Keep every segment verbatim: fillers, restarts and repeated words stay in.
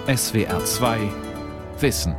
S W R zwei Wissen.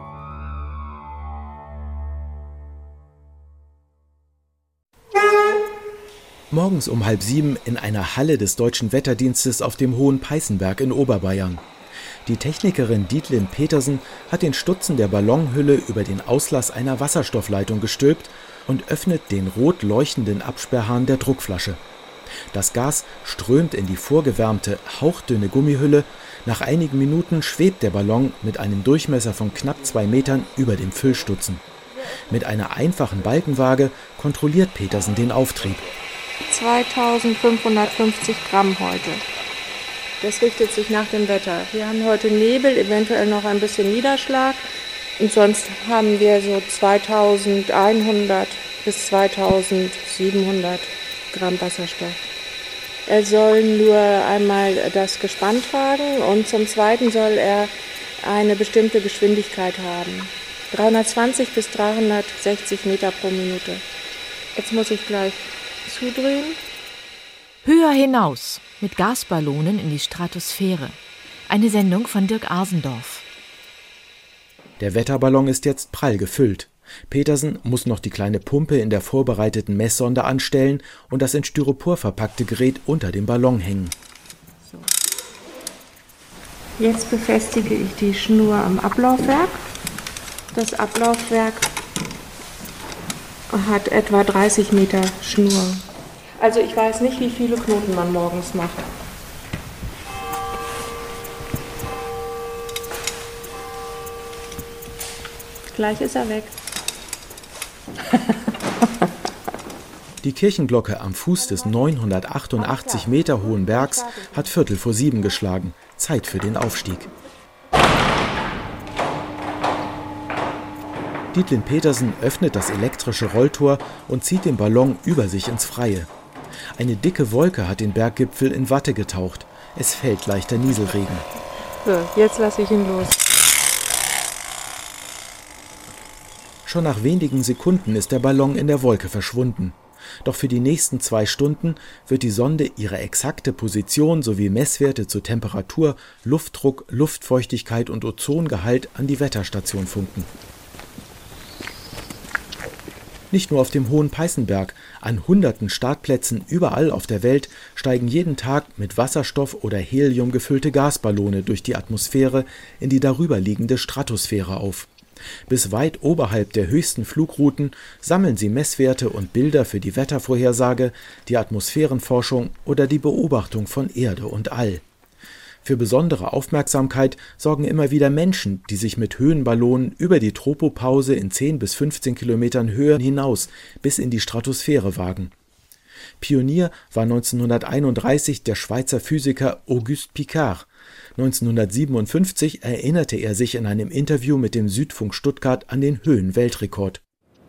Morgens um halb sieben in einer Halle des Deutschen Wetterdienstes auf dem Hohen Peißenberg in Oberbayern. Die Technikerin Dietlin Petersen hat den Stutzen der Ballonhülle über den Auslass einer Wasserstoffleitung gestülpt und öffnet den rot leuchtenden Absperrhahn der Druckflasche. Das Gas strömt in die vorgewärmte, hauchdünne Gummihülle. Nach einigen Minuten schwebt der Ballon mit einem Durchmesser von knapp zwei Metern über dem Füllstutzen. Mit einer einfachen Balkenwaage kontrolliert Petersen den Auftrieb. zweitausendfünfhundertfünfzig Gramm heute. Das richtet sich nach dem Wetter. Wir haben heute Nebel, eventuell noch ein bisschen Niederschlag. Und sonst haben wir so zweitausendeinhundert bis zweitausendsiebenhundert Gramm Wasserstoff. Er soll nur einmal das Gespann tragen und zum Zweiten soll er eine bestimmte Geschwindigkeit haben. dreihundertzwanzig bis dreihundertsechzig Meter pro Minute. Jetzt muss ich gleich zudrehen. Höher hinaus mit Gasballonen in die Stratosphäre. Eine Sendung von Dirk Asendorf. Der Wetterballon ist jetzt prall gefüllt. Petersen muss noch die kleine Pumpe in der vorbereiteten Messsonde anstellen und das in Styropor verpackte Gerät unter dem Ballon hängen. So. Jetzt befestige ich die Schnur am Ablaufwerk. Das Ablaufwerk hat etwa dreißig Meter Schnur. Also ich weiß nicht, wie viele Knoten man morgens macht. Gleich ist er weg. Die Kirchenglocke am Fuß des neunhundertachtundachtzig Meter hohen Bergs hat Viertel vor sieben geschlagen. Zeit für den Aufstieg. Dietlin Petersen öffnet das elektrische Rolltor und zieht den Ballon über sich ins Freie. Eine dicke Wolke hat den Berggipfel in Watte getaucht. Es fällt leichter Nieselregen. So, jetzt lasse ich ihn los. Schon nach wenigen Sekunden ist der Ballon in der Wolke verschwunden. Doch für die nächsten zwei Stunden wird die Sonde ihre exakte Position sowie Messwerte zu Temperatur, Luftdruck, Luftfeuchtigkeit und Ozongehalt an die Wetterstation funken. Nicht nur auf dem Hohen Peißenberg, an hunderten Startplätzen überall auf der Welt steigen jeden Tag mit Wasserstoff oder Helium gefüllte Gasballone durch die Atmosphäre in die darüber liegende Stratosphäre auf. Bis weit oberhalb der höchsten Flugrouten sammeln sie Messwerte und Bilder für die Wettervorhersage, die Atmosphärenforschung oder die Beobachtung von Erde und All. Für besondere Aufmerksamkeit sorgen immer wieder Menschen, die sich mit Höhenballonen über die Tropopause in zehn bis fünfzehn Kilometern Höhe hinaus bis in die Stratosphäre wagen. Pionier war neunzehnhunderteinunddreißig der Schweizer Physiker Auguste Piccard. neunzehnhundertsiebenundfünfzig erinnerte er sich in einem Interview mit dem Südfunk Stuttgart an den Höhenweltrekord.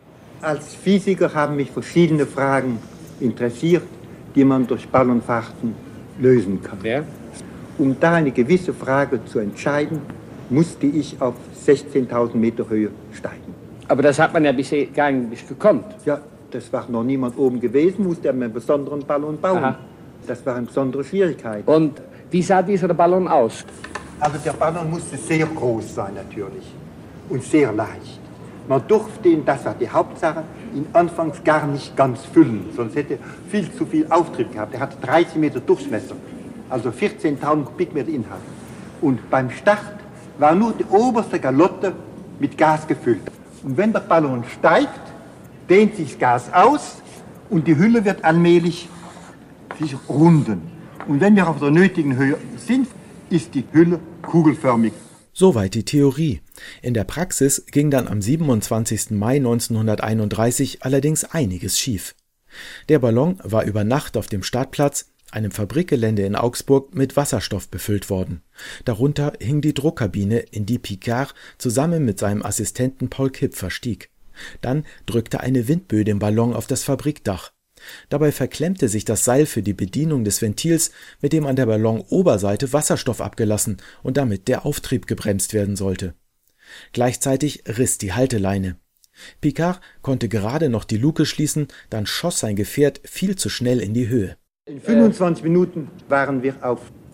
Als Physiker haben mich verschiedene Fragen interessiert, die man durch Ballonfahrten lösen kann. Ja. Um da eine gewisse Frage zu entscheiden, musste ich auf sechzehntausend Meter Höhe steigen. Aber das hat man ja bisher gar nicht gekonnt. Ja, das war noch niemand oben gewesen, musste einen besonderen Ballon bauen. Aha. Das war eine besondere Schwierigkeit. Und wie sah dieser Ballon aus? Also der Ballon musste sehr groß sein natürlich und sehr leicht. Man durfte ihn, das war die Hauptsache, ihn anfangs gar nicht ganz füllen, sonst hätte er viel zu viel Auftrieb gehabt. Er hatte dreißig Meter Durchmesser, also vierzehntausend Kubikmeter Inhalt. Und beim Start war nur die oberste Galotte mit Gas gefüllt. Und wenn der Ballon steigt, dehnt sich das Gas aus und die Hülle wird allmählich sich runden. Und wenn wir auf der nötigen Höhe sind, ist die Hülle kugelförmig. Soweit die Theorie. In der Praxis ging dann am siebenundzwanzigsten Mai neunzehnhunderteinunddreißig allerdings einiges schief. Der Ballon war über Nacht auf dem Startplatz, einem Fabrikgelände in Augsburg, mit Wasserstoff befüllt worden. Darunter hing die Druckkabine, in die Piccard zusammen mit seinem Assistenten Paul Kipfer stieg. Dann drückte eine Windböe den Ballon auf das Fabrikdach. Dabei verklemmte sich das Seil für die Bedienung des Ventils, mit dem an der Ballonoberseite Wasserstoff abgelassen und damit der Auftrieb gebremst werden sollte. Gleichzeitig riss die Halteleine. Piccard konnte gerade noch die Luke schließen, dann schoss sein Gefährt viel zu schnell in die Höhe. In fünfundzwanzig Minuten waren wir auf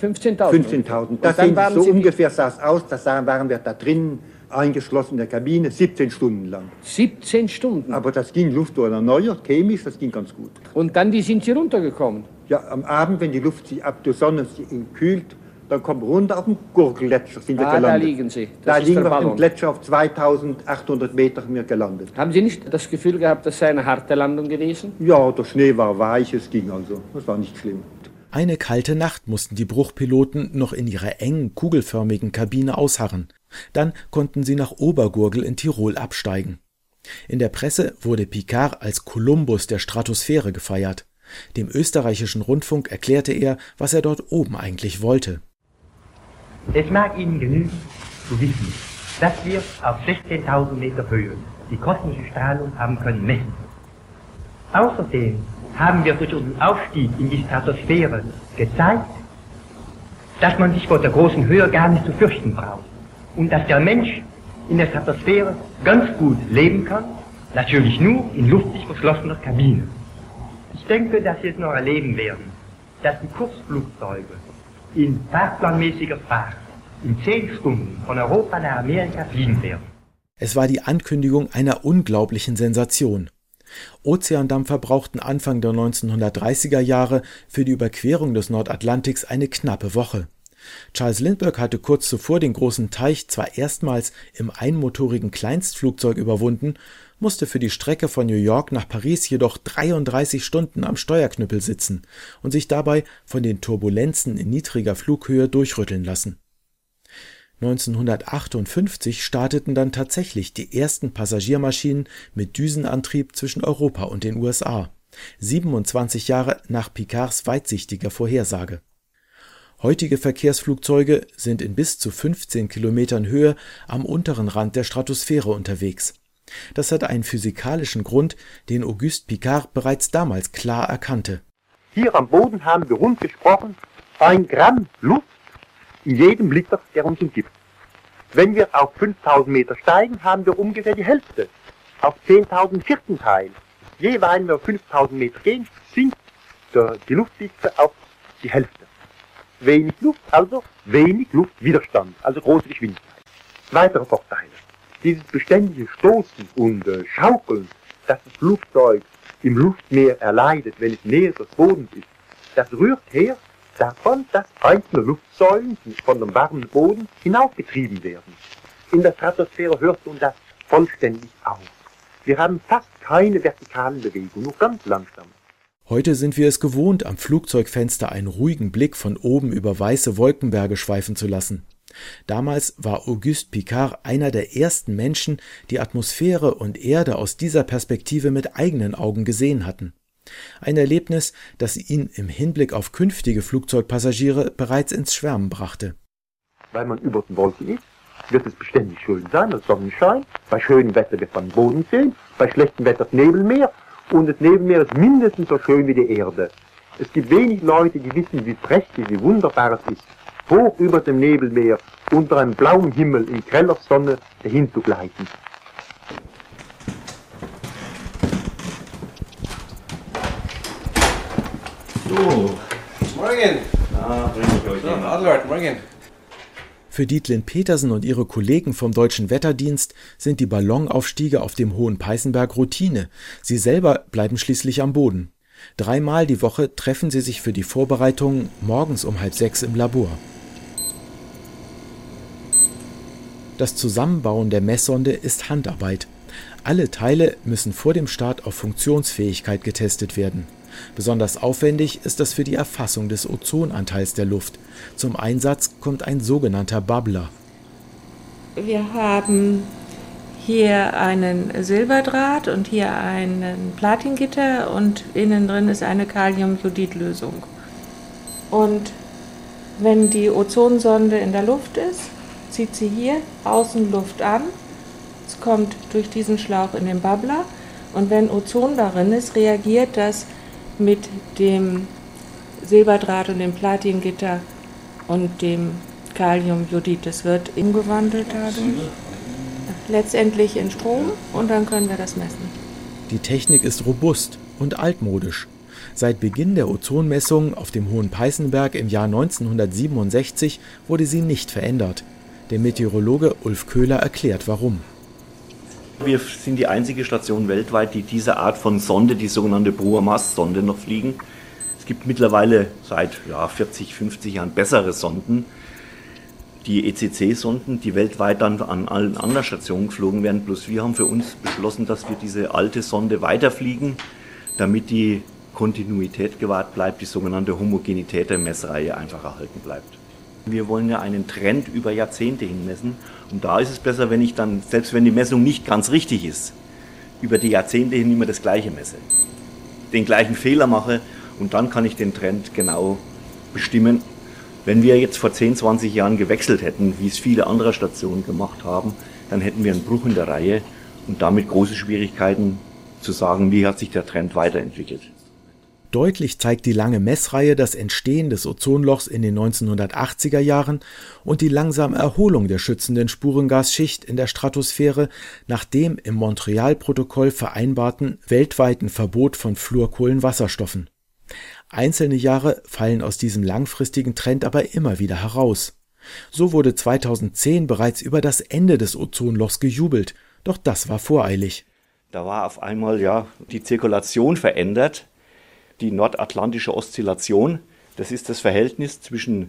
fünfzehntausend. fünfzehntausend. Das sehen Sie, so ungefähr sah es aus. Da waren wir da drin, eingeschlossen in der Kabine, siebzehn Stunden lang. siebzehn Stunden? Aber das ging Luft wurde erneuert, chemisch, das ging ganz gut. Und dann, wie sind Sie runtergekommen? Ja, am Abend, wenn die Luft sich ab der Sonne kühlt, dann kommen wir runter auf dem Gurgletscher, sind wir ah, gelandet. Da liegen Sie. Das da ist liegen wir Ballon. auf dem Gletscher auf zweitausendachthundert Meter mir gelandet. Haben Sie nicht das Gefühl gehabt, das sei eine harte Landung gewesen? Ja, der Schnee war weich, es ging also. Das war nicht schlimm. Eine kalte Nacht mussten die Bruchpiloten noch in ihrer engen, kugelförmigen Kabine ausharren. Dann konnten sie nach Obergurgl in Tirol absteigen. In der Presse wurde Picard als Kolumbus der Stratosphäre gefeiert. Dem österreichischen Rundfunk erklärte er, was er dort oben eigentlich wollte. Es mag Ihnen genügen, zu wissen, dass wir auf sechzehntausend Meter Höhe die kosmische Strahlung haben können messen. Außerdem haben wir durch unseren Aufstieg in die Stratosphäre gezeigt, dass man sich vor der großen Höhe gar nicht zu fürchten braucht und dass der Mensch in der Stratosphäre ganz gut leben kann, natürlich nur in luftlich verschlossener Kabine. Ich denke, dass wir es noch erleben werden, dass die Kurzflugzeuge in fahrplanmäßiger Fahrt in zehn Stunden von Europa nach Amerika fliegen werden. Es war die Ankündigung einer unglaublichen Sensation. Ozeandampfer brauchten Anfang der neunzehnhundertdreißiger Jahre für die Überquerung des Nordatlantiks eine knappe Woche. Charles Lindbergh hatte kurz zuvor den großen Teich zwar erstmals im einmotorigen Kleinstflugzeug überwunden, musste für die Strecke von New York nach Paris jedoch dreiunddreißig Stunden am Steuerknüppel sitzen und sich dabei von den Turbulenzen in niedriger Flughöhe durchrütteln lassen. neunzehnhundertachtundfünfzig starteten dann tatsächlich die ersten Passagiermaschinen mit Düsenantrieb zwischen Europa und den U S A, siebenundzwanzig Jahre nach Picards weitsichtiger Vorhersage. Heutige Verkehrsflugzeuge sind in bis zu fünfzehn Kilometern Höhe am unteren Rand der Stratosphäre unterwegs. Das hat einen physikalischen Grund, den Auguste Piccard bereits damals klar erkannte. Hier am Boden haben wir rund gesprochen ein Gramm Luft in jedem Liter, der uns umgibt. Wenn wir auf fünftausend Meter steigen, haben wir ungefähr die Hälfte. Auf zehntausend vierten Teil. Je weiter wir auf fünftausend Meter gehen, sinkt der, die Luftdichte auf die Hälfte. Wenig Luft, also wenig Luftwiderstand, also große Geschwindigkeit. Weitere Vorteile. Dieses beständige Stoßen und äh, Schaukeln, das das Flugzeug im Luftmeer erleidet, wenn es näher des Bodens ist, das rührt her davon, dass einzelne Luftsäulen von dem warmen Boden hinaufgetrieben werden. In der Stratosphäre hört nun das vollständig auf. Wir haben fast keine vertikalen Bewegungen, nur ganz langsam. Heute sind wir es gewohnt, am Flugzeugfenster einen ruhigen Blick von oben über weiße Wolkenberge schweifen zu lassen. Damals war Auguste Piccard einer der ersten Menschen, die Atmosphäre und Erde aus dieser Perspektive mit eigenen Augen gesehen hatten. Ein Erlebnis, das ihn im Hinblick auf künftige Flugzeugpassagiere bereits ins Schwärmen brachte. Weil man über den Wolken ist, wird es beständig schön sein, das Sonnenschein. Bei schönem Wetter wird man den Boden sehen, bei schlechtem Wetter das Nebelmeer. Und das Nebelmeer ist mindestens so schön wie die Erde. Es gibt wenig Leute, die wissen, wie prächtig, wie wunderbar es ist, hoch über dem Nebelmeer, unter einem blauen Himmel in greller Sonne dahin zu gleiten. So, morgen. Na, bring ich euch so, Adelheid, morgen. Für Dietlin Petersen und ihre Kollegen vom Deutschen Wetterdienst sind die Ballonaufstiege auf dem Hohen Peißenberg Routine. Sie selber bleiben schließlich am Boden. Dreimal die Woche treffen sie sich für die Vorbereitungen morgens um halb sechs im Labor. Das Zusammenbauen der Messsonde ist Handarbeit. Alle Teile müssen vor dem Start auf Funktionsfähigkeit getestet werden. Besonders aufwendig ist das für die Erfassung des Ozonanteils der Luft. Zum Einsatz kommt ein sogenannter Bubbler. Wir haben hier einen Silberdraht und hier einen Platingitter und innen drin ist eine Kaliumjodidlösung. Und wenn die Ozonsonde in der Luft ist, zieht sie hier außen Luft an. Es kommt durch diesen Schlauch in den Bubbler und wenn Ozon darin ist, reagiert das mit dem Silberdraht und dem Platingitter und dem Kaliumjodid. Das wird umgewandelt dadurch, letztendlich in Strom und dann können wir das messen. Die Technik ist robust und altmodisch. Seit Beginn der Ozonmessungen auf dem Hohen Peißenberg im Jahr neunzehnhundertsiebenundsechzig wurde sie nicht verändert. Der Meteorologe Ulf Köhler erklärt, warum. Wir sind die einzige Station weltweit, die diese Art von Sonde, die sogenannte Brouwer-Mast-Sonde, noch fliegen. Es gibt mittlerweile seit ja, vierzig, fünfzig Jahren bessere Sonden. Die E C C-Sonden, die weltweit dann an allen anderen Stationen geflogen werden. Bloß wir haben für uns beschlossen, dass wir diese alte Sonde weiterfliegen, damit die Kontinuität gewahrt bleibt, die sogenannte Homogenität der Messreihe einfach erhalten bleibt. Wir wollen ja einen Trend über Jahrzehnte hin messen. Und da ist es besser, wenn ich dann, selbst wenn die Messung nicht ganz richtig ist, über die Jahrzehnte hin immer das Gleiche messe. Den gleichen Fehler mache und dann kann ich den Trend genau bestimmen. Wenn wir jetzt vor zehn, zwanzig Jahren gewechselt hätten, wie es viele andere Stationen gemacht haben, dann hätten wir einen Bruch in der Reihe und damit große Schwierigkeiten zu sagen, wie hat sich der Trend weiterentwickelt. Deutlich zeigt die lange Messreihe das Entstehen des Ozonlochs in den neunzehnhundertachtziger Jahren und die langsame Erholung der schützenden Spurengasschicht in der Stratosphäre nach dem im Montreal-Protokoll vereinbarten weltweiten Verbot von Fluorkohlenwasserstoffen. Einzelne Jahre fallen aus diesem langfristigen Trend aber immer wieder heraus. So wurde zweitausendzehn bereits über das Ende des Ozonlochs gejubelt, doch das war voreilig. Da war auf einmal ja die Zirkulation verändert. Die nordatlantische Oszillation, das ist das Verhältnis zwischen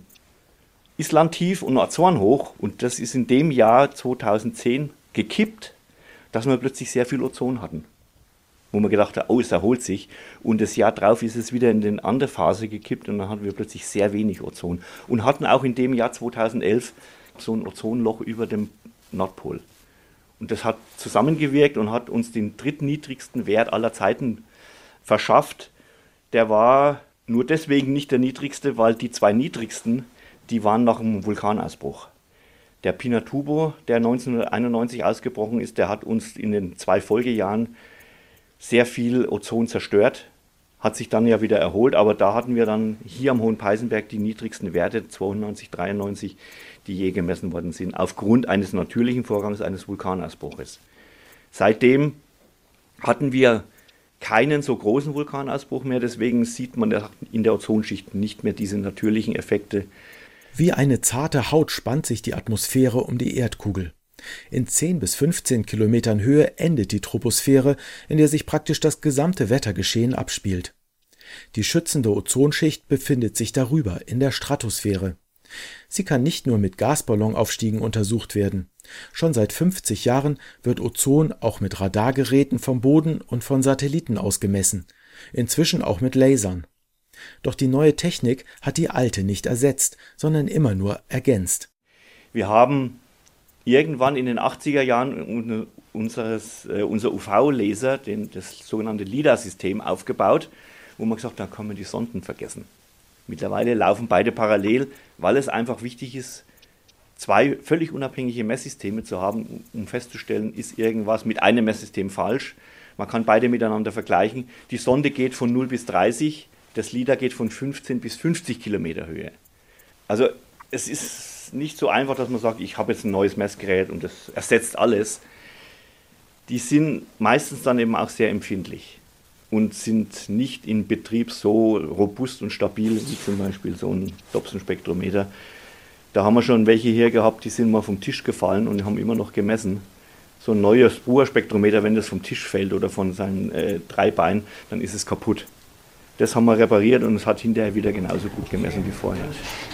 Islandtief und Ozonhoch und das ist in dem Jahr zweitausendzehn gekippt, dass wir plötzlich sehr viel Ozon hatten. Wo man gedacht hat, oh, es erholt sich und das Jahr drauf ist es wieder in die andere Phase gekippt und dann hatten wir plötzlich sehr wenig Ozon und hatten auch in dem Jahr zweitausendelf so ein Ozonloch über dem Nordpol. Und das hat zusammengewirkt und hat uns den drittniedrigsten Wert aller Zeiten verschafft. Der war nur deswegen nicht der niedrigste, weil die zwei niedrigsten, die waren nach einem Vulkanausbruch. Der Pinatubo, der neunzehnhunderteinundneunzig ausgebrochen ist, der hat uns in den zwei Folgejahren sehr viel Ozon zerstört, hat sich dann ja wieder erholt, aber da hatten wir dann hier am Hohen Peißenberg die niedrigsten Werte, zweiundneunzig, dreiundneunzig, die je gemessen worden sind, aufgrund eines natürlichen Vorgangs eines Vulkanausbruches. Seitdem hatten wir keinen so großen Vulkanausbruch mehr, deswegen sieht man in der Ozonschicht nicht mehr diese natürlichen Effekte. Wie eine zarte Haut spannt sich die Atmosphäre um die Erdkugel. In zehn bis fünfzehn Kilometern Höhe endet die Troposphäre, in der sich praktisch das gesamte Wettergeschehen abspielt. Die schützende Ozonschicht befindet sich darüber, in der Stratosphäre. Sie kann nicht nur mit Gasballonaufstiegen untersucht werden. Schon seit fünfzig Jahren wird Ozon auch mit Radargeräten vom Boden und von Satelliten ausgemessen, inzwischen auch mit Lasern. Doch die neue Technik hat die alte nicht ersetzt, sondern immer nur ergänzt. Wir haben irgendwann in den achtziger Jahren unseres, äh, unser U V-Laser, den, das sogenannte LIDAR-System, aufgebaut, wo man gesagt hat, da kann man die Sonden vergessen. Mittlerweile laufen beide parallel, weil es einfach wichtig ist, zwei völlig unabhängige Messsysteme zu haben, um festzustellen, ist irgendwas mit einem Messsystem falsch. Man kann beide miteinander vergleichen. Die Sonde geht von null bis dreißig, das LIDAR geht von fünfzehn bis fünfzig Kilometer Höhe. Also es ist nicht so einfach, dass man sagt, ich habe jetzt ein neues Messgerät und das ersetzt alles. Die sind meistens dann eben auch sehr empfindlich und sind nicht in Betrieb so robust und stabil wie zum Beispiel so ein Dobson-Spektrometer. Da haben wir schon welche hier gehabt, die sind mal vom Tisch gefallen und haben immer noch gemessen. So ein neues Spur-Spektrometer, wenn das vom Tisch fällt oder von seinen äh, drei Beinen, dann ist es kaputt. Das haben wir repariert und es hat hinterher wieder genauso gut gemessen wie vorher.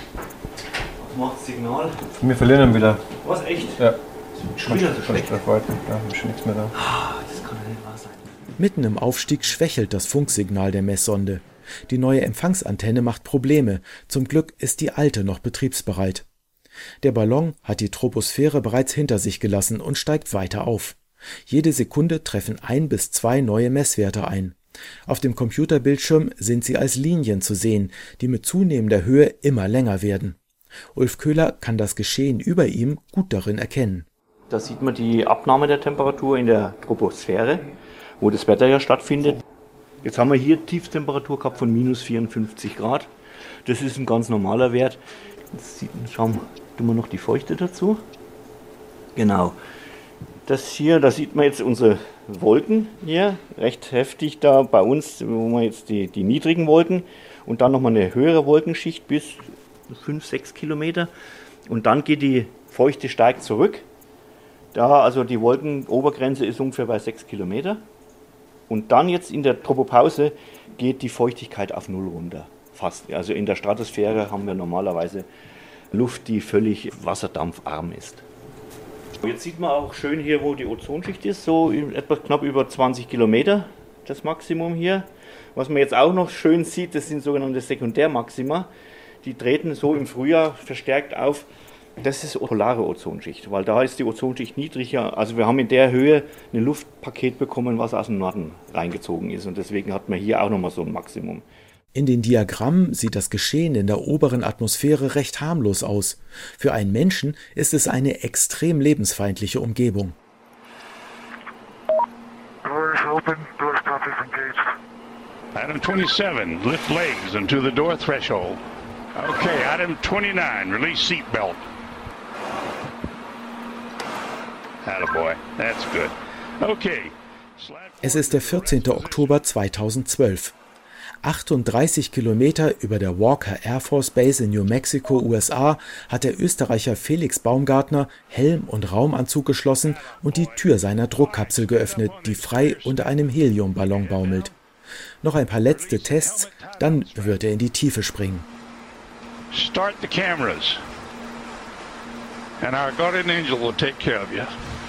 Was macht das Signal? Wir verlieren ihn wieder. Was, echt? Ja. Schon wieder so schlecht? Ja, ist schon nichts mehr da. Das kann ja nicht wahr sein. Mitten im Aufstieg schwächelt das Funksignal der Messsonde. Die neue Empfangsantenne macht Probleme. Zum Glück ist die alte noch betriebsbereit. Der Ballon hat die Troposphäre bereits hinter sich gelassen und steigt weiter auf. Jede Sekunde treffen ein bis zwei neue Messwerte ein. Auf dem Computerbildschirm sind sie als Linien zu sehen, die mit zunehmender Höhe immer länger werden. Ulf Köhler kann das Geschehen über ihm gut darin erkennen. Da sieht man die Abnahme der Temperatur in der Troposphäre, wo das Wetter ja stattfindet. Jetzt haben wir hier Tiefstemperatur gehabt von minus vierundfünfzig Grad. Das ist ein ganz normaler Wert. Jetzt schauen wir, tun wir noch die Feuchte dazu. Genau. Das hier, da sieht man jetzt unsere Wolken hier, recht heftig da bei uns, wo man jetzt die, die niedrigen Wolken und dann nochmal eine höhere Wolkenschicht bis fünf, sechs Kilometer und dann geht die Feuchte stark zurück. Da, also die Wolkenobergrenze ist ungefähr bei sechs Kilometer und dann jetzt in der Tropopause geht die Feuchtigkeit auf Null runter, fast. Also in der Stratosphäre haben wir normalerweise Luft, die völlig wasserdampfarm ist. Jetzt sieht man auch schön hier, wo die Ozonschicht ist, so etwa knapp über zwanzig Kilometer, das Maximum hier. Was man jetzt auch noch schön sieht, das sind sogenannte Sekundärmaxima. Die treten so im Frühjahr verstärkt auf. Das ist polare Ozonschicht, weil da ist die Ozonschicht niedriger. Also wir haben in der Höhe ein Luftpaket bekommen, was aus dem Norden reingezogen ist. Und deswegen hat man hier auch nochmal so ein Maximum. In den Diagrammen sieht das Geschehen in der oberen Atmosphäre recht harmlos aus. Für einen Menschen ist es eine extrem lebensfeindliche Umgebung. Item twenty-seven, lift legs into the door threshold. Okay, item twenty-nine, release seatbelt. Attaboy, that's good. Okay. Es ist der vierzehnten Oktober zweitausendzwölf. achtunddreißig Kilometer über der Walker Air Force Base in New Mexico, U S A, hat der Österreicher Felix Baumgartner Helm und Raumanzug geschlossen und die Tür seiner Druckkapsel geöffnet, die frei unter einem Heliumballon baumelt. Noch ein paar letzte Tests, dann wird er in die Tiefe springen. Start the cameras. And our guardian angel will take care of you.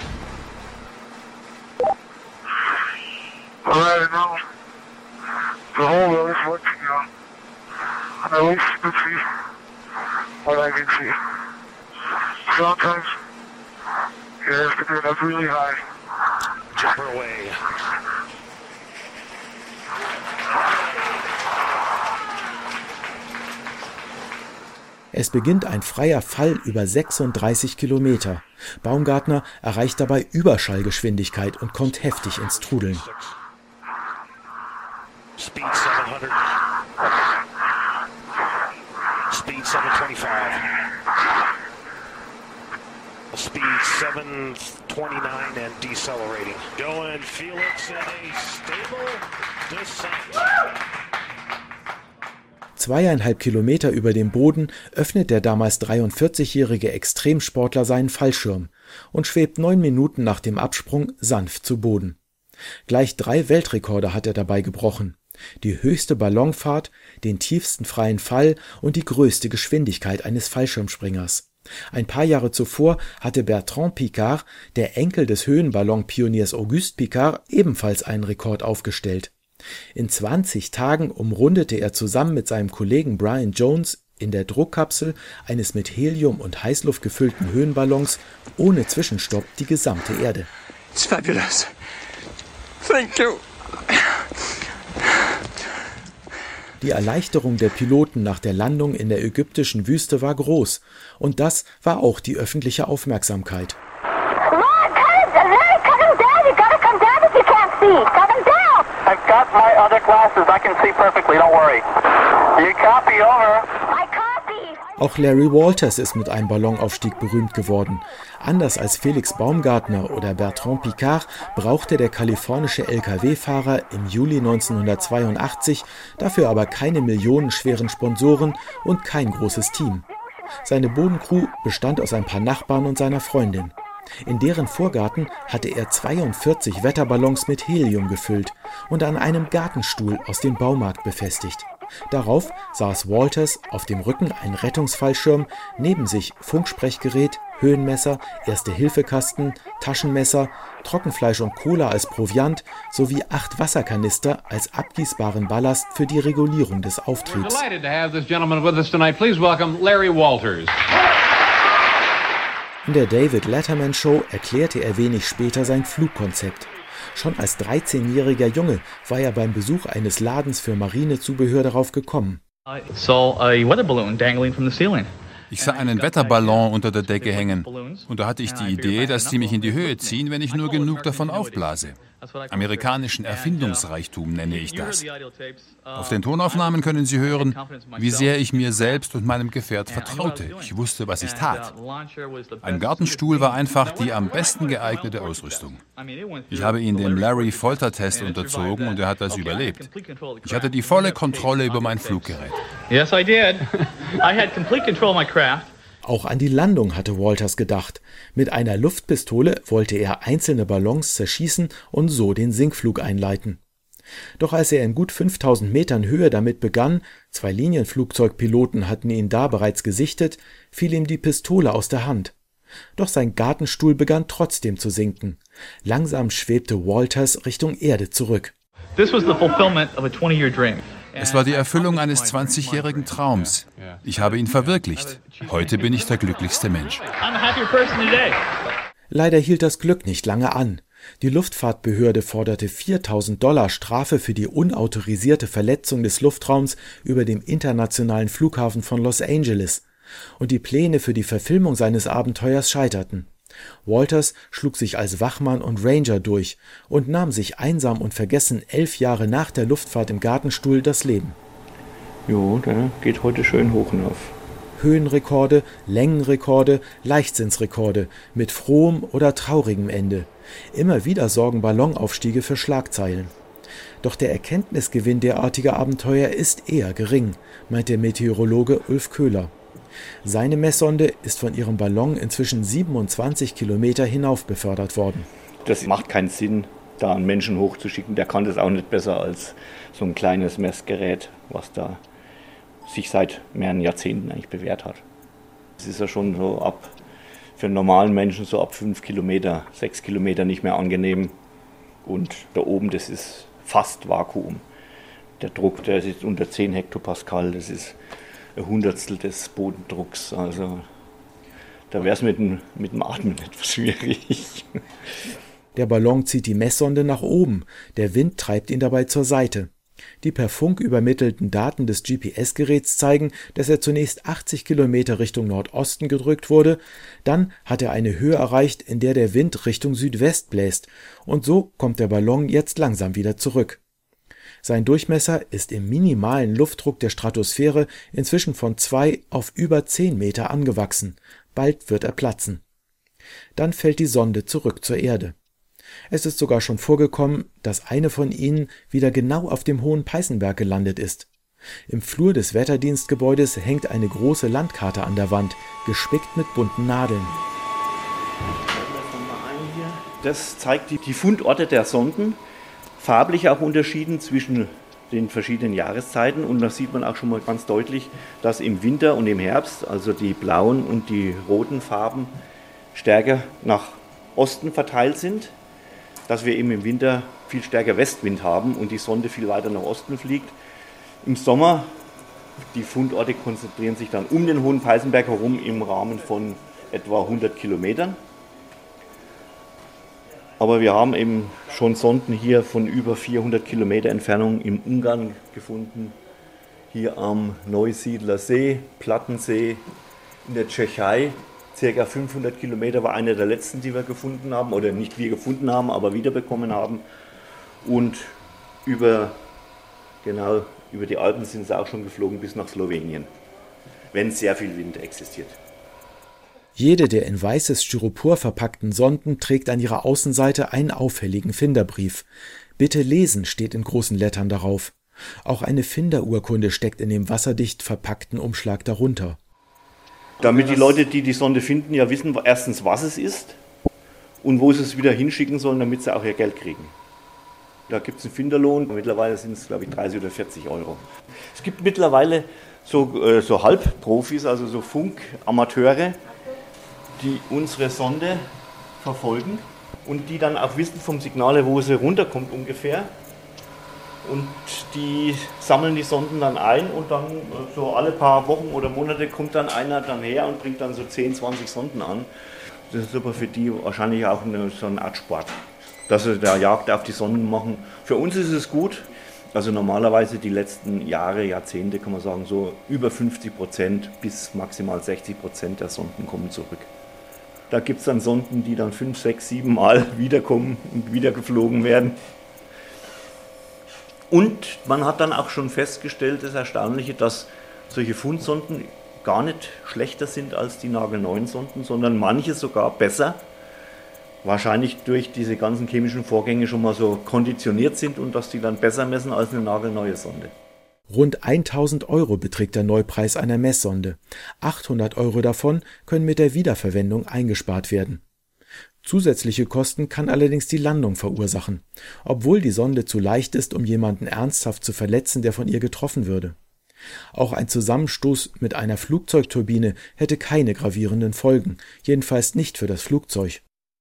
All right, now. The whole world is watching you. And I wish you could see what I can see. Sometimes you have to get up really high. Jump her away. Es beginnt ein freier Fall über sechsunddreißig Kilometer. Baumgartner erreicht dabei Überschallgeschwindigkeit und kommt heftig ins Trudeln. Speed seven hundred. Speed seven twenty-five. Speed seven twenty-nine and decelerating. Going Felix in a stable descent. Zweieinhalb Kilometer über dem Boden öffnet der damals dreiundvierzigjährige Extremsportler seinen Fallschirm und schwebt neun Minuten nach dem Absprung sanft zu Boden. Gleich drei Weltrekorde hat er dabei gebrochen. Die höchste Ballonfahrt, den tiefsten freien Fall und die größte Geschwindigkeit eines Fallschirmspringers. Ein paar Jahre zuvor hatte Bertrand Piccard, der Enkel des Höhenballonpioniers Auguste Piccard, ebenfalls einen Rekord aufgestellt. In zwanzig Tagen umrundete er zusammen mit seinem Kollegen Brian Jones in der Druckkapsel eines mit Helium und Heißluft gefüllten Höhenballons ohne Zwischenstopp die gesamte Erde. It's fabulous. Thank you. Die Erleichterung der Piloten nach der Landung in der ägyptischen Wüste war groß. Und das war auch die öffentliche Aufmerksamkeit. I've got my other glasses. I can see perfectly. Don't worry. You copy, over. I copy. Auch Larry Walters ist mit einem Ballonaufstieg berühmt geworden. Anders als Felix Baumgartner oder Bertrand Piccard brauchte der kalifornische L K W-Fahrer im Juli neunzehnhundertzweiundachtzig dafür aber keine millionenschweren Sponsoren und kein großes Team. Seine Bodencrew bestand aus ein paar Nachbarn und seiner Freundin. In deren Vorgarten hatte er zweiundvierzig Wetterballons mit Helium gefüllt und an einem Gartenstuhl aus dem Baumarkt befestigt. Darauf saß Walters auf dem Rücken ein Rettungsfallschirm, neben sich Funksprechgerät, Höhenmesser, Erste-Hilfe-Kasten, Taschenmesser, Trockenfleisch und Cola als Proviant sowie acht Wasserkanister als abgießbaren Ballast für die Regulierung des Auftriebs. In der David Letterman Show erklärte er wenig später sein Flugkonzept. Schon als dreizehnjähriger Junge war er beim Besuch eines Ladens für Marinezubehör darauf gekommen. Ich sah einen Wetterballon unter der Decke hängen und da hatte ich die Idee, dass sie mich in die Höhe ziehen, wenn ich nur genug davon aufblase. Amerikanischen Erfindungsreichtum nenne ich das. Auf den Tonaufnahmen können Sie hören, wie sehr ich mir selbst und meinem Gefährt vertraute. Ich wusste, was ich tat. Ein Gartenstuhl war einfach die am besten geeignete Ausrüstung. Ich habe ihn dem Larry-Foltertest unterzogen und er hat das überlebt. Ich hatte die volle Kontrolle über mein Fluggerät. Yes, I did. I had complete control of my craft. Auch an die Landung hatte Walters gedacht. Mit einer Luftpistole wollte er einzelne Ballons zerschießen und so den Sinkflug einleiten. Doch als er in gut fünftausend Metern Höhe damit begann, zwei Linienflugzeugpiloten hatten ihn da bereits gesichtet, fiel ihm die Pistole aus der Hand. Doch sein Gartenstuhl begann trotzdem zu sinken. Langsam schwebte Walters Richtung Erde zurück. This was the fulfillment of a twenty-year dream. Es war die Erfüllung eines zwanzigjährigen Traums. Ich habe ihn verwirklicht. Heute bin ich der glücklichste Mensch. Leider hielt das Glück nicht lange an. Die Luftfahrtbehörde forderte viertausend Dollar Strafe für die unautorisierte Verletzung des Luftraums über dem internationalen Flughafen von Los Angeles. Und die Pläne für die Verfilmung seines Abenteuers scheiterten. Walters schlug sich als Wachmann und Ranger durch und nahm sich einsam und vergessen elf Jahre nach der Luftfahrt im Gartenstuhl das Leben. Jo, der geht heute schön hoch hinauf. Höhenrekorde, Längenrekorde, Leichtsinnsrekorde mit frohem oder traurigem Ende. Immer wieder sorgen Ballonaufstiege für Schlagzeilen. Doch der Erkenntnisgewinn derartiger Abenteuer ist eher gering, meint der Meteorologe Ulf Köhler. Seine Messsonde ist von ihrem Ballon inzwischen siebenundzwanzig Kilometer hinauf befördert worden. Das macht keinen Sinn, da einen Menschen hochzuschicken. Der kann das auch nicht besser als so ein kleines Messgerät, was da sich seit mehreren Jahrzehnten eigentlich bewährt hat. Es ist ja schon so ab, für einen normalen Menschen so ab fünf Kilometer, sechs Kilometer nicht mehr angenehm. Und da oben, das ist fast Vakuum. Der Druck, der ist unter zehn Hektopascal, das ist ein Hundertstel des Bodendrucks, also da wäre es mit dem, mit dem Atmen etwas schwierig. Der Ballon zieht die Messsonde nach oben, der Wind treibt ihn dabei zur Seite. Die per Funk übermittelten Daten des G P S-Geräts zeigen, dass er zunächst achtzig Kilometer Richtung Nordosten gedrückt wurde, dann hat er eine Höhe erreicht, in der der Wind Richtung Südwest bläst, und so kommt der Ballon jetzt langsam wieder zurück. Sein Durchmesser ist im minimalen Luftdruck der Stratosphäre inzwischen von zwei auf über zehn Meter angewachsen. Bald wird er platzen. Dann fällt die Sonde zurück zur Erde. Es ist sogar schon vorgekommen, dass eine von ihnen wieder genau auf dem Hohen Peißenberg gelandet ist. Im Flur des Wetterdienstgebäudes hängt eine große Landkarte an der Wand, gespickt mit bunten Nadeln. Das zeigt die Fundorte der Sonden. Farblich auch unterschieden zwischen den verschiedenen Jahreszeiten und da sieht man auch schon mal ganz deutlich, dass im Winter und im Herbst, also die blauen und die roten Farben stärker nach Osten verteilt sind, dass wir eben im Winter viel stärker Westwind haben und die Sonde viel weiter nach Osten fliegt. Im Sommer, die Fundorte konzentrieren sich dann um den Hohen Peißenberg herum im Rahmen von etwa hundert Kilometern. Aber wir haben eben schon Sonden hier von über vierhundert Kilometer Entfernung im Ungarn gefunden. Hier am Neusiedler See, Plattensee, in der Tschechei. Circa fünfhundert Kilometer war einer der letzten, die wir gefunden haben. Oder nicht wir gefunden haben, aber wiederbekommen haben. Und über, genau, über die Alpen sind sie auch schon geflogen bis nach Slowenien. Wenn sehr viel Wind existiert. Jede der in weißes Styropor verpackten Sonden trägt an ihrer Außenseite einen auffälligen Finderbrief. »Bitte lesen« steht in großen Lettern darauf. Auch eine Finderurkunde steckt in dem wasserdicht verpackten Umschlag darunter. Damit die Leute, die die Sonde finden, ja wissen, erstens, was es ist und wo sie es wieder hinschicken sollen, damit sie auch ihr Geld kriegen. Da gibt es einen Finderlohn, mittlerweile sind es, glaube ich, dreißig oder vierzig Euro. Es gibt mittlerweile so, äh, so Halbprofis, also so Funkamateure, die unsere Sonde verfolgen und die dann auch wissen vom Signal, wo sie runterkommt ungefähr. Und die sammeln die Sonden dann ein und dann so alle paar Wochen oder Monate kommt dann einer dann her und bringt dann so zehn, zwanzig Sonden an. Das ist aber für die wahrscheinlich auch eine, so eine Art Sport, dass sie da Jagd auf die Sonden machen. Für uns ist es gut. Also normalerweise die letzten Jahre, Jahrzehnte kann man sagen, so über fünfzig Prozent bis maximal sechzig Prozent der Sonden kommen zurück. Da gibt es dann Sonden, die dann fünf, sechs, sieben Mal wiederkommen und wieder geflogen werden. Und man hat dann auch schon festgestellt, das Erstaunliche, dass solche Fundsonden gar nicht schlechter sind als die nagelneuen Sonden, sondern manche sogar besser. Wahrscheinlich durch diese ganzen chemischen Vorgänge schon mal so konditioniert sind und dass die dann besser messen als eine nagelneue Sonde. Rund tausend Euro beträgt der Neupreis einer Messsonde. achthundert Euro davon können mit der Wiederverwendung eingespart werden. Zusätzliche Kosten kann allerdings die Landung verursachen, obwohl die Sonde zu leicht ist, um jemanden ernsthaft zu verletzen, der von ihr getroffen würde. Auch ein Zusammenstoß mit einer Flugzeugturbine hätte keine gravierenden Folgen, jedenfalls nicht für das Flugzeug.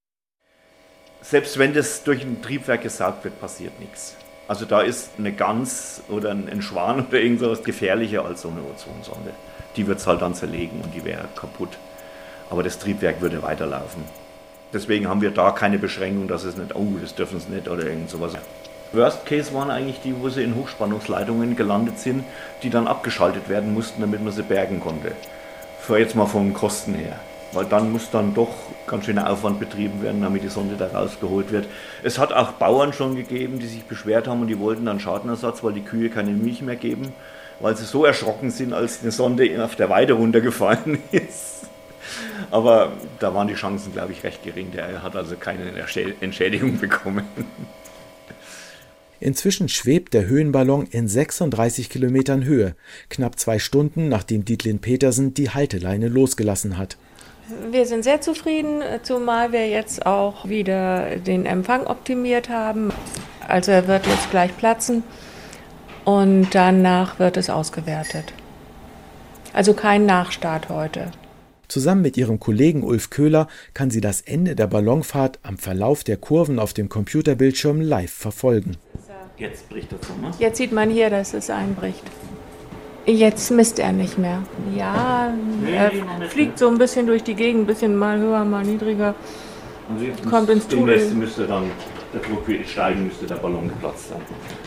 Selbst wenn das durch ein Triebwerk gesaugt wird, passiert nichts. Also da ist eine Gans oder ein Schwan oder irgend sowas gefährlicher als so eine Ozonsonde. Die wird es halt dann zerlegen und die wäre kaputt. Aber das Triebwerk würde weiterlaufen. Deswegen haben wir da keine Beschränkung, dass es nicht, oh, das dürfen sie nicht oder irgend sowas. Worst Case waren eigentlich die, wo sie in Hochspannungsleitungen gelandet sind, die dann abgeschaltet werden mussten, damit man sie bergen konnte. Für jetzt mal von Kosten her. Weil dann muss dann doch ganz schöner Aufwand betrieben werden, damit die Sonde da rausgeholt wird. Es hat auch Bauern schon gegeben, die sich beschwert haben und die wollten dann Schadenersatz, weil die Kühe keine Milch mehr geben, weil sie so erschrocken sind, als eine Sonde auf der Weide runtergefallen ist. Aber da waren die Chancen, glaube ich, recht gering. Der hat also keine Entschädigung bekommen. Inzwischen schwebt der Höhenballon in sechsunddreißig Kilometern Höhe, knapp zwei Stunden, nachdem Dietlin Petersen die Halteleine losgelassen hat. Wir sind sehr zufrieden, zumal wir jetzt auch wieder den Empfang optimiert haben. Also er wird jetzt gleich platzen und danach wird es ausgewertet. Also kein Nachstart heute. Zusammen mit ihrem Kollegen Ulf Köhler kann sie das Ende der Ballonfahrt am Verlauf der Kurven auf dem Computerbildschirm live verfolgen. Jetzt bricht er zusammen. Jetzt sieht man hier, dass es einbricht. Jetzt misst er nicht mehr. Ja, er fliegt so ein bisschen durch die Gegend, ein bisschen mal höher, mal niedriger. Also jetzt kommt ins Tunnel. Müsste dann der Druck steigen, müsste der Ballon geplatzt sein.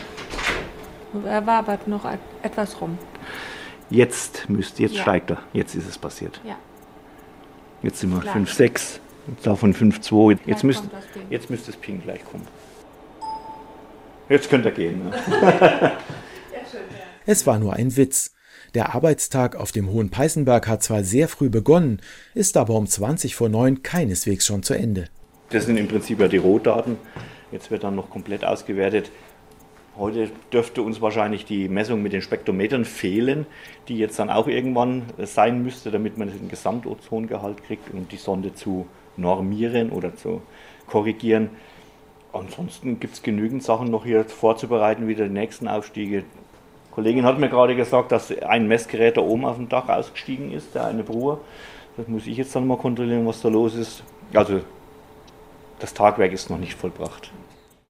Er wabert noch etwas rum. Jetzt müsste, jetzt ja. steigt er. Jetzt ist es passiert. Ja. Jetzt sind wir fünf Komma sechs, davon fünf Komma zwei. Jetzt müsste, jetzt müsste das Ping gleich kommen. Jetzt könnte er gehen. Ne? Es war nur ein Witz. Der Arbeitstag auf dem Hohen Peißenberg hat zwar sehr früh begonnen, ist aber um zwanzig vor neun keineswegs schon zu Ende. Das sind im Prinzip ja die Rohdaten. Jetzt wird dann noch komplett ausgewertet. Heute dürfte uns wahrscheinlich die Messung mit den Spektrometern fehlen, die jetzt dann auch irgendwann sein müsste, damit man den Gesamtozongehalt kriegt, um die Sonde zu normieren oder zu korrigieren. Ansonsten gibt es genügend Sachen noch hier vorzubereiten, wieder die nächsten Aufstiege. Die Kollegin hat mir gerade gesagt, dass ein Messgerät da oben auf dem Dach ausgestiegen ist, der eine Bruhr. Das muss ich jetzt dann mal kontrollieren, was da los ist. Also das Tagwerk ist noch nicht vollbracht.